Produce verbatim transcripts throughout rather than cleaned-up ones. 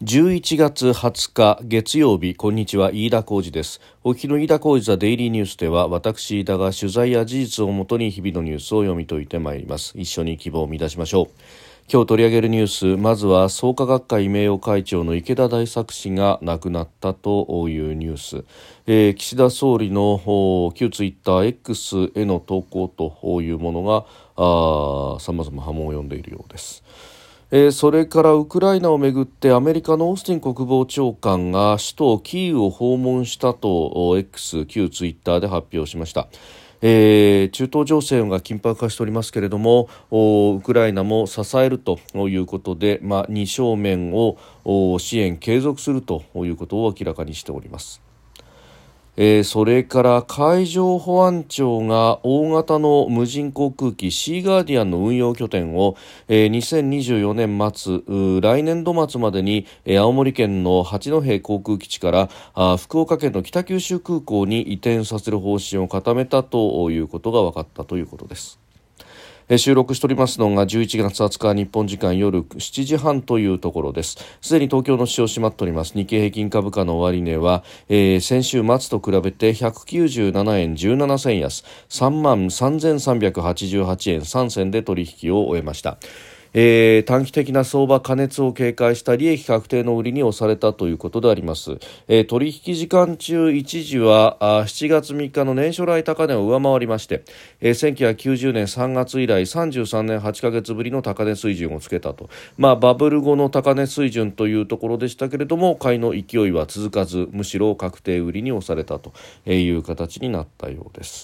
じゅういちがつはつか月曜日、こんにちは、飯田浩司です。お聞きの飯田浩司ザデイリーニュースでは、私飯田が取材や事実をもとに日々のニュースを読み解いてまいります。一緒に希望を見出しましょう。今日取り上げるニュース、まずは創価学会名誉会長の池田大作氏が亡くなったというニュース、えー、岸田総理の旧ツイッター X への投稿というものがさまざま波紋を呼んでいるようです。えー、それからウクライナをめぐってアメリカのオースティン国防長官が首都キーウを訪問したと X 旧ツイッターで発表しました。えー、中東情勢が緊迫化しておりますけれども、ウクライナも支えるということで、まあ、に正面を支援継続するということを明らかにしております。えー、それから海上保安庁が大型の無人航空機シーガーディアンの運用拠点を、えー、にせんにじゅうよねん末来年度末までに、えー、青森県の八戸航空基地からあ福岡県の北九州空港に移転させる方針を固めたということが分かったということです。収録しておりますのがじゅういちがつはつか日本時間夜しちじはんというところです。すでに東京の市場閉まっております。日経平均株価の終値は、えー、先週末と比べてひゃくきゅうじゅうななえんじゅうななせん安 さんまんさんぜんさんびゃくはちじゅうはちえんさん銭で取引を終えました。えー、短期的な相場過熱を警戒した利益確定の売りに押されたということであります。えー、取引時間中一時はあしちがつみっかの年初来高値を上回りまして、えー、せんきゅうひゃくきゅうじゅうねんさんがつ以来さんじゅうさんねんはちかげつぶりの高値水準をつけたと、まあ、バブル後の高値水準というところでしたけれども、買いの勢いは続かず、むしろ確定売りに押されたという形になったようです。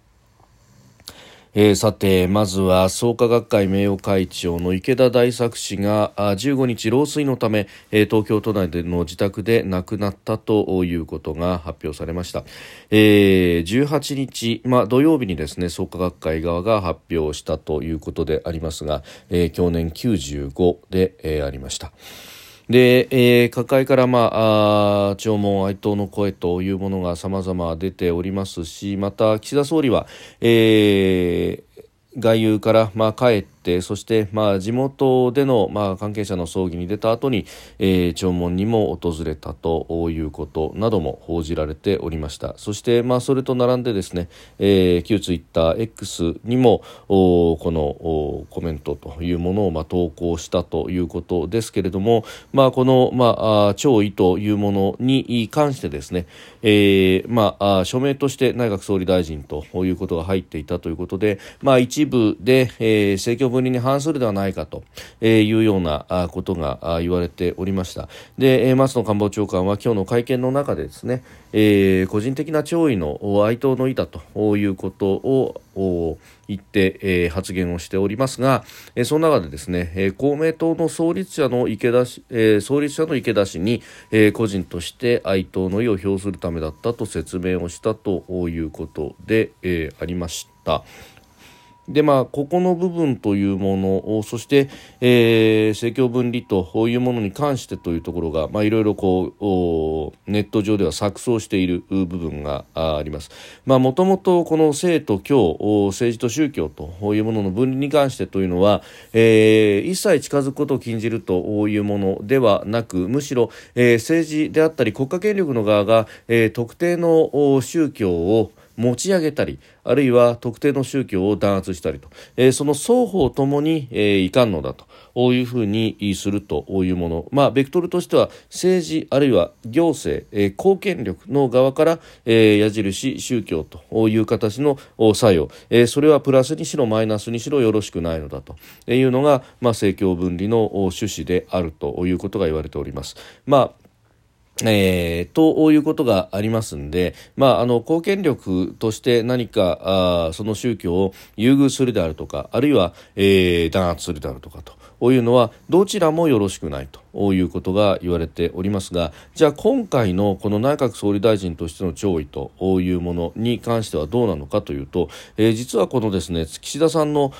えー、さてまずは創価学会名誉会長の池田大作氏がじゅうごにち老衰のため、えー、東京都内での自宅で亡くなったということが発表されました。えー、じゅうはちにち、まあ、土曜日にですね創価学会側が発表したということでありますが、えー、享年きゅうじゅうごで、えー、ありました。で、えー、各界から、まあ、あ弔問哀悼の声というものが様々出ておりますし、また岸田総理は、えー、外遊から、まあ、帰ってそして、まあ、地元での、まあ、関係者の葬儀に出た後に、えー、弔問にも訪れたということなども報じられておりました。そして、まあ、それと並んでですね、えー、旧ツイッター X にもこのコメントというものを、まあ、投稿したということですけれども、まあ、この、まあ、弔意というものに関してですね、えーまあ、署名として内閣総理大臣ということが入っていたということで、まあ、一部で、えー、政教分離に反するではないかというようなことが言われておりました。で、松野官房長官は今日の会見の中でですね、えー、個人的な弔意の哀悼の意だということを言って、えー、発言をしておりますが、えー、その中でですね、えー、公明党の創立者の池田氏、えー、創立者の池田氏に、えー、個人として哀悼の意を表するためだったと説明をしたということで、えー、ありました。でまあ、ここの部分というものをそして、えー、政教分離というものに関してというところが、まあ、いろいろこうネット上では錯綜している部分があります。もともとこの政と教政治と宗教というものの分離に関してというのは、えー、一切近づくことを禁じるというものではなく、むしろ、えー、政治であったり国家権力の側が、えー、特定の宗教を持ち上げたり、あるいは特定の宗教を弾圧したりと、えー、その双方ともに、えー、いかんのだというふうにするというもの、まあ、ベクトルとしては政治あるいは行政、えー、公権力の側から、えー、矢印宗教という形の作用、えー、それはプラスにしろマイナスにしろよろしくないのだというのが、まあ、政教分離の趣旨であるということが言われております。まあえー、ということがありますんで、まあ、あの公権力として何かあその宗教を優遇するであるとか、あるいは、えー、弾圧するであるとかというのはどちらもよろしくないということが言われておりますが、じゃあ今回のこの内閣総理大臣としての弔意というものに関してはどうなのかというと、えー、実はこのですね岸田さんの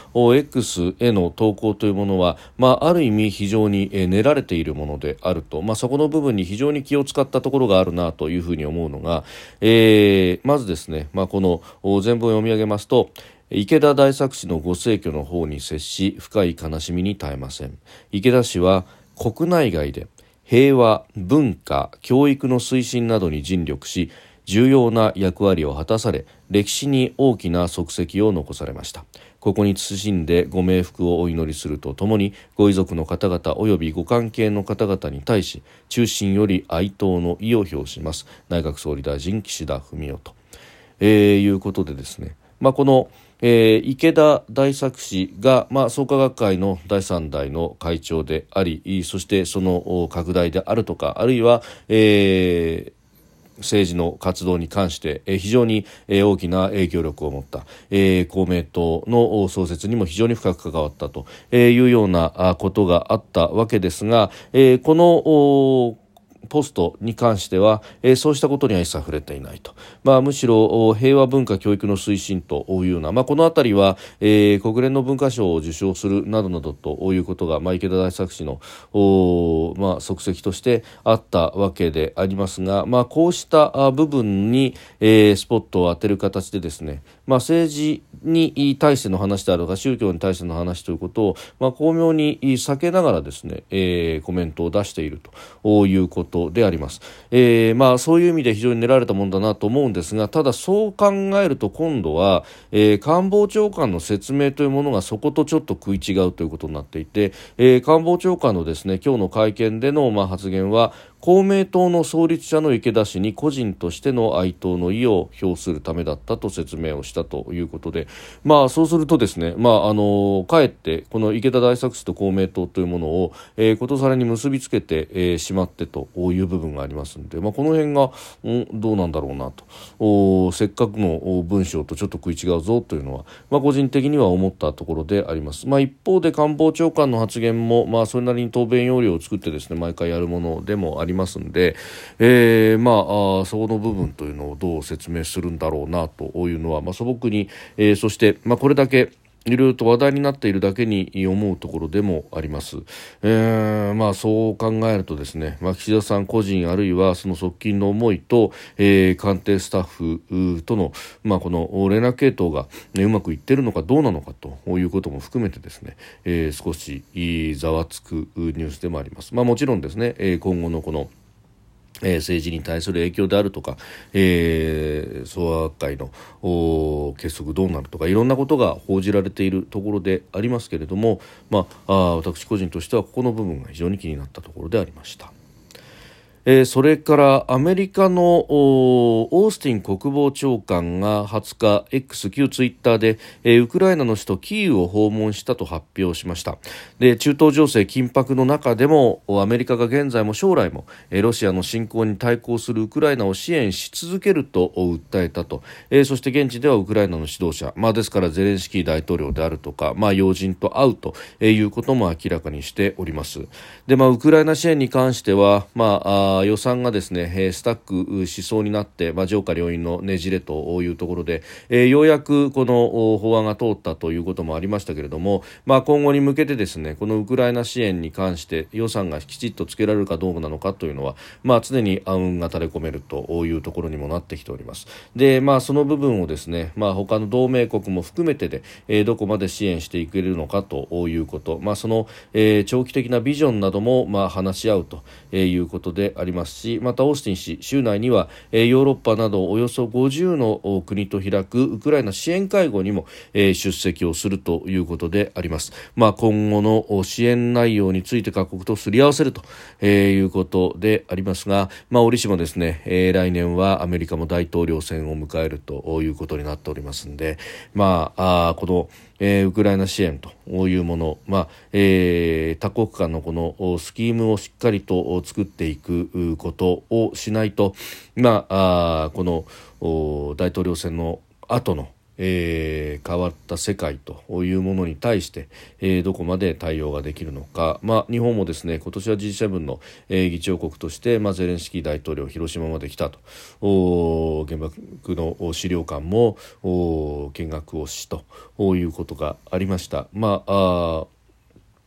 X への投稿というものは、まあ、ある意味非常に練られているものであると、まあ、そこの部分に非常に気を使ったところがあるなというふうに思うのが、えー、まずですね、まあ、この全文を読み上げますと、池田大作氏のご逝去の方に接し深い悲しみに耐えません。池田氏は国内外で平和、文化、教育の推進などに尽力し、重要な役割を果たされ、歴史に大きな足跡を残されました。ここに謹んでご冥福をお祈りするとともに、ご遺族の方々及びご関係の方々に対し、衷心より哀悼の意を表します。内閣総理大臣岸田文雄と、えー、いうことでですね、まあ、このえー、池田大作氏が、まあ、創価学会のだいさん代の会長であり、そしてその拡大であるとか、あるいは、えー政治の活動に関して非常に大きな影響力を持った公明党の創設にも非常に深く関わったというようなことがあったわけですが、このポストに関しては、えー、そうしたことには一切触れていないと、まあ、むしろ平和文化教育の推進というような、まあ、このあたりは、えー、国連の文化賞を受賞するなどなどということが、まあ、池田大作氏の、まあ、足跡としてあったわけでありますが、まあ、こうした部分に、えー、スポットを当てる形でですね、まあ、政治に対しての話であるとか宗教に対しての話ということを、まあ、巧妙に避けながらですね、えー、コメントを出しているということであります。えー、まあそういう意味で非常に練られたものだなと思うんですが、ただそう考えると今度は、えー、官房長官の説明というものがそことちょっと食い違うということになっていて、えー、官房長官のですね今日の会見での、まあ、発言は、公明党の創立者の池田氏に個人としての哀悼の意を表するためだったと説明をしたということで、まあそうするとですね、まああのかえってこの池田大作氏と公明党というものを、えー、ことさらに結びつけて、えー、しまってという部分がありますので、まあ、この辺が、うん、どうなんだろうなと、おせっかくの文章とちょっと食い違うぞというのは、まあ、個人的には思ったところであります。まあ、一方で官房長官の発言も、まあ、それなりに答弁要領を作ってですね毎回やるものでもありますので、えー、まあ、あその部分というのをどう説明するんだろうなというのは、まあ、素朴に、えー、そして、まあ、これだけいろいろと話題になっているだけに思うところでもあります。えー、まあそう考えるとですね、まあ、岸田さん個人あるいはその側近の思いと、えー、官邸スタッフとの、まあ、この連絡系統が、ね、うまくいっているのかどうなのかということも含めてですね、えー、少しざわつくニュースでもあります。まあもちろんですね、えー、今後のこのえー、政治に対する影響であるとか、えー、創価学会の結束どうなるとかいろんなことが報じられているところでありますけれども、まあ、あ私個人としてはここの部分が非常に気になったところでありました。えー、それからアメリカのオースティン国防長官がはつか X 旧ツイッターで、えー、ウクライナの首都キーウを訪問したと発表しました。で、中東情勢緊迫の中でもアメリカが現在も将来も、えー、ロシアの侵攻に対抗するウクライナを支援し続けると訴えたと、えー、そして現地ではウクライナの指導者、まあ、ですからゼレンスキー大統領であるとか、まあ、要人と会うということも明らかにしております。で、まあ、ウクライナ支援に関しては、まあ予算がですねスタックしそうになって、まあ、上下両院のねじれというところで、えー、ようやくこの法案が通ったということもありましたけれども、まあ、今後に向けてですねこのウクライナ支援に関して予算がきちっとつけられるかどうなのかというのは、まあ、常に暗雲が垂れ込めるというところにもなってきております。で、まあ、その部分をですね、まあ、他の同盟国も含めてで、えー、どこまで支援していけるのかということ、まあ、その、えー、長期的なビジョンなども、まあ、話し合うということでありますし、またオースティン氏週内には、えー、ヨーロッパなどおよそごじゅうの国と開くウクライナ支援会合にも、えー、出席をするということであります。まあ、今後の支援内容について各国とすり合わせると、えー、いうことでありますが、まあ、折しもですね、えー、来年はアメリカも大統領選を迎えるということになっておりますので、まあ、あこのえー、ウクライナ支援というもの、まあえー、多国間のこのスキームをしっかりと作っていくことをしないと、まあ、あこの大統領選の後のえー、変わった世界というものに対して、えー、どこまで対応ができるのか、まあ、日本もですね今年は ジーセブン の、えー、議長国として、まあ、ゼレンスキー大統領広島まで来たと、お原爆の資料館もお見学をしということがありました。まああ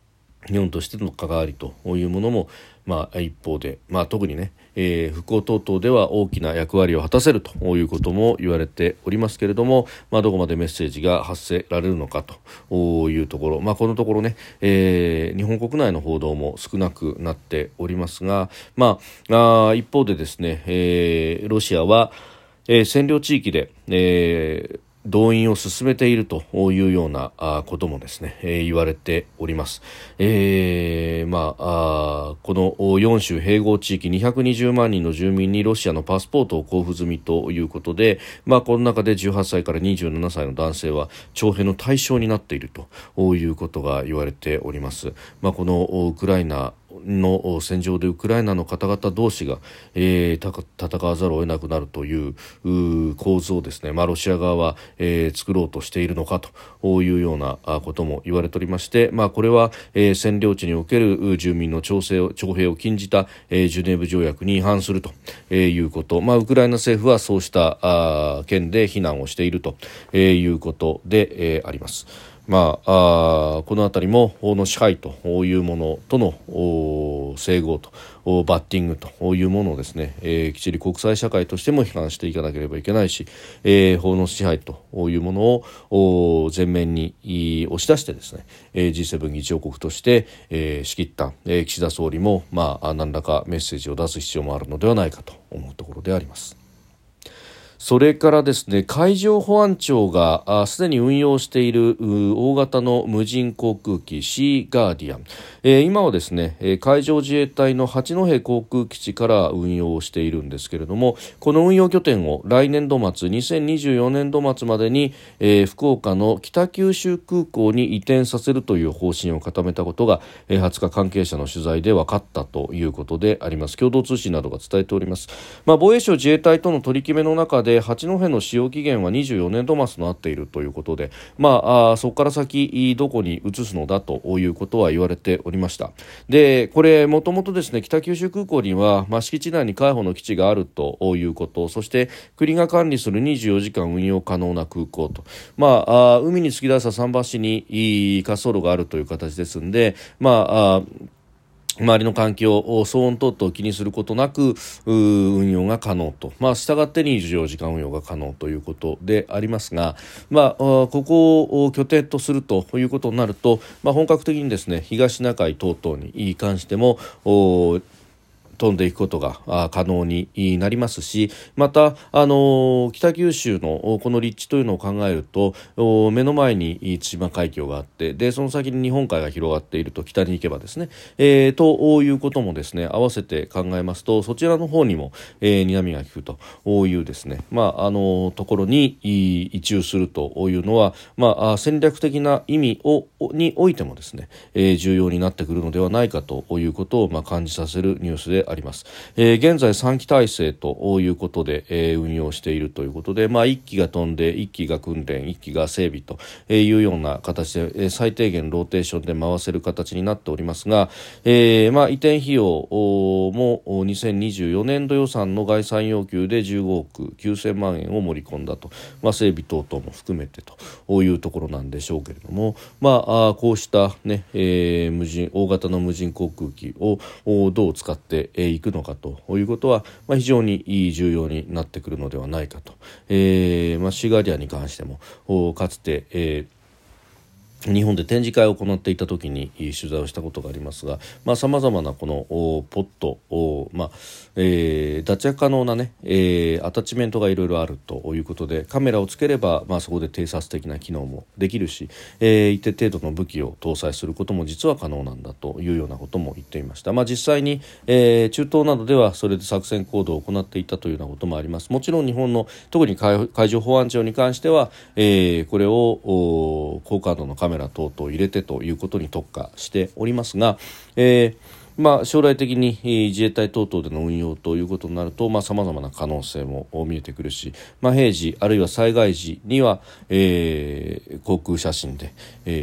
日本としての関わりというものも、まあ、一方で、まあ、特にね、えー、復興等々では大きな役割を果たせるということも言われておりますけれども、まあ、どこまでメッセージが発せられるのかというところ、まあ、このところね、えー、日本国内の報道も少なくなっておりますが、まあ、あ一方でですね、えー、ロシアは、えー、占領地域で、えー動員を進めているというようなこともですね、えー、言われております。えー、まあ、あこのよん州併合地域にひゃくにじゅうまんにんの住民にロシアのパスポートを交付済みということで、まあ、この中でじゅうはっさいからにじゅうななさいの男性は徴兵の対象になっているということが言われております。まあ、このウクライナの戦場でウクライナの方々同士が、えー、戦わざるを得なくなるという構図をですね、まあ、ロシア側は、えー、作ろうとしているのかというようなことも言われておりまして、まあ、これは、えー、占領地における住民の徴兵を、徴兵を禁じた、えー、ジュネーブ条約に違反すると、えー、いうこと、まあ、ウクライナ政府はそうしたあ件で非難をしていると、えー、いうことで、えー、あります。まあ、あこのあたりも法の支配というものとの整合とバッティングというものをですね、えー、きっちり国際社会としても批判していかなければいけないし、えー、法の支配というものを前面に押し出してですね、えー、ジーセブン 議長国として、えー、仕切った、えー、岸田総理も、まあ、何らかメッセージを出す必要もあるのではないかと思うところであります。それからですね、海上保安庁がすでに運用している大型の無人航空機シーガーディアン、えー、今はですね海上自衛隊の八戸航空基地から運用しているんですけれども、この運用拠点を来年度末にせんにじゅうよねんど末までに、えー、福岡の北九州空港に移転させるという方針を固めたことが、えー、はつか関係者の取材で分かったということであります。共同通信などが伝えております。まあ、防衛省自衛隊との取り決めの中で八戸の使用期限はにじゅうよねんど末となっているということで、まあ、あそこから先どこに移すのだということは言われておりました。でこれもともとですね、北九州空港には、まあ、敷地内に海保の基地があるということ、そして国が管理するにじゅうよじかん運用可能な空港と、まあ、あ海に突き出した桟橋に滑走路があるという形ですので、まあ、あ周りの環境、騒音等々を気にすることなく運用が可能と、まあ、従ってにじゅうよじかん運用が可能ということでありますが、まあ、ここを拠点とするということになると、まあ、本格的にですね、東シナ海等々に関しても飛んでいくことが可能になりますし、また、あの北九州のこの立地というのを考えると、目の前に対馬海峡があって、でその先に日本海が広がっていると、北に行けばですね、えー、ということもですね合わせて考えますと、そちらの方にも、えー、睨みが利くというですね、まあ、あのところに移住するというのは、まあ、戦略的な意味をにおいてもですね、えー、重要になってくるのではないかということを、まあ、感じさせるニュースであります。えー、現在さんき体制ということで、えー、運用しているということで、まあ、いっきが飛んでいっきが訓練、いっきが整備というような形で、えー、最低限ローテーションで回せる形になっておりますが、えーまあ、移転費用もにせんにじゅうよねんど予算の概算要求でじゅうごおくきゅうせんまんえんを盛り込んだと、まあ、整備等々も含めてというところなんでしょうけれども、まあ、あこうした、ねえー、無人大型の無人航空機をどう使っていくのかということは、まあ、非常に重要になってくるのではないかと、えーまあ、シーガーディアンに関してもかつて、えー日本で展示会を行っていた時に取材をしたことがありますが、さまざ、まなこのポット、まあえー、脱着可能な、ねえー、アタッチメントがいろいろあるということで、カメラをつければ、まあ、そこで偵察的な機能もできるし、えー、一定程度の武器を搭載することも実は可能なんだというようなことも言っていました。まあ、実際に、えー、中東などではそれで作戦行動を行っていたというようなこともあります。もちろん日本の特に 海, 海上保安庁に関しては、えー、これを高感度のカメラカメラ等々入れてということに特化しておりますが、えーまあ、将来的に自衛隊等々での運用ということになると、さまざ、まな可能性も見えてくるし、まあ、平時あるいは災害時には、えー、航空写真で、えー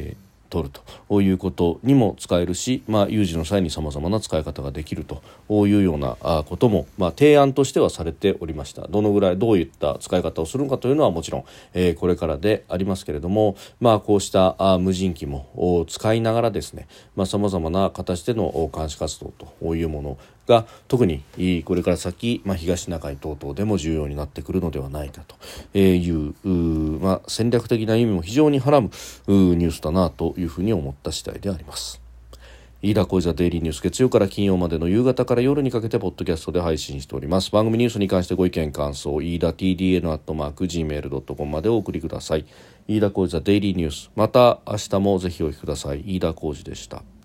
取るということにも使えるし、まあ、有事の際に様々な使い方ができるというようなことも、まあ、提案としてはされておりました。どのぐらいどういった使い方をするのかというのはもちろん、えー、これからでありますけれども、まあ、こうしたあ無人機も使いながらですね、まあ、様々な形での監視活動というものが特にこれから先、まあ、東シナ海等々でも重要になってくるのではないかという、まあ、戦略的な意味も非常にはらむニュースだなというふうに思った次第であります。飯田浩司ザデイリーニュース、月曜から金曜までの夕方から夜にかけてポッドキャストで配信しております。番組ニュースに関してご意見感想、飯田 ティーディーエヌ アットマーク ジーメール ドットコム までお送りください。飯田浩司ザデイリーニュース、また明日もぜひお聞きください。飯田浩司でした。